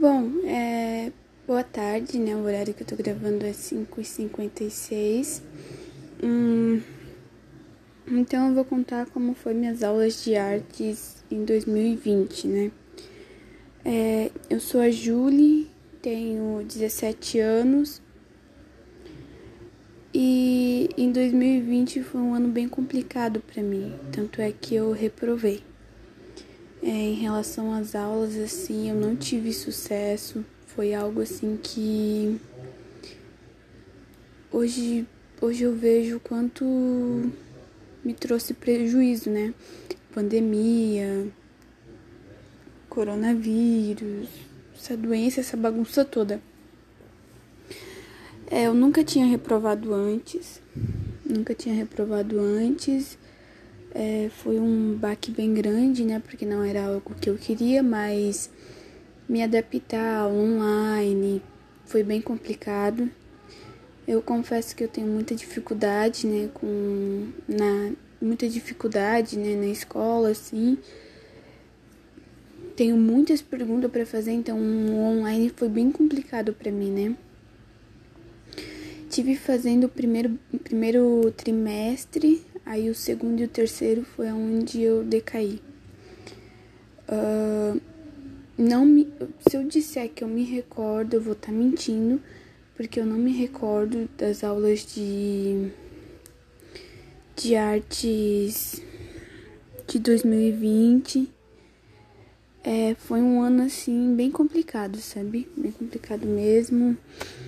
Bom, boa tarde, né? O horário que eu tô gravando é 5h56. Então eu vou contar como foi minhas aulas de artes em 2020, né? Eu sou a Julie, tenho 17 anos e em 2020 foi um ano bem complicado pra mim, tanto é que eu reprovei. Em relação às aulas, assim, eu não tive sucesso. Foi algo assim que hoje eu vejo quanto me trouxe prejuízo, né? Pandemia, coronavírus, essa doença, essa bagunça toda. Eu nunca tinha reprovado antes. Foi um baque bem grande, né? Porque não era algo que eu queria, mas me adaptar ao online foi bem complicado. Eu confesso que eu tenho muita dificuldade, né, na escola, assim. Tenho muitas perguntas para fazer, então o online foi bem complicado para mim, né? Tive fazendo o primeiro trimestre, aí o segundo e o terceiro foi onde eu decaí. Se eu disser que eu me recordo, eu vou estar mentindo, porque eu não me recordo das aulas de artes de 2020. Foi um ano, assim, bem complicado, sabe? Bem complicado mesmo.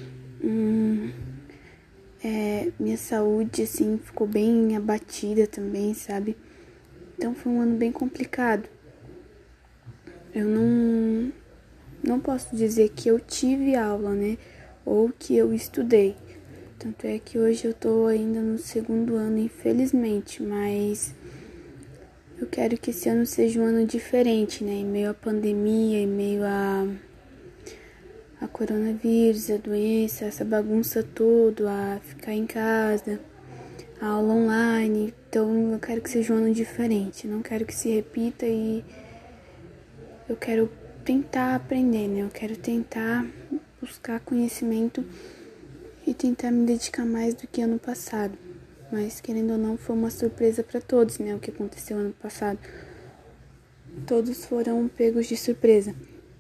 Minha saúde, assim, ficou bem abatida também, sabe? Então foi um ano bem complicado. Eu não posso dizer que eu tive aula, né? Ou que eu estudei. Tanto é que hoje eu tô ainda no segundo ano, infelizmente, mas eu quero que esse ano seja um ano diferente, né? Em meio à pandemia, em meio a coronavírus, a doença, essa bagunça toda, a ficar em casa, a aula online. Então eu quero que seja um ano diferente, não quero que se repita e eu quero tentar aprender, né? Eu quero tentar buscar conhecimento e tentar me dedicar mais do que ano passado. Mas, querendo ou não, foi uma surpresa para todos, né? O que aconteceu ano passado. Todos foram pegos de surpresa.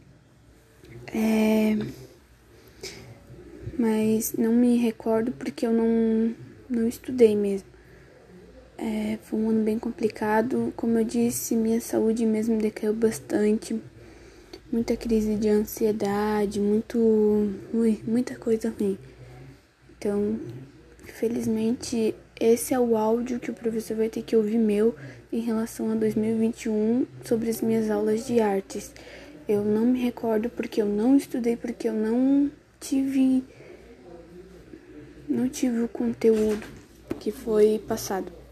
Mas não me recordo porque eu não estudei mesmo. Foi um ano bem complicado. Como eu disse, minha saúde mesmo decaiu bastante. Muita crise de ansiedade, muita coisa ruim. Então, infelizmente, esse é o áudio que o professor vai ter que ouvir meu em relação a 2021 sobre as minhas aulas de artes. Eu não me recordo porque eu não estudei, porque eu não tive o conteúdo que foi passado.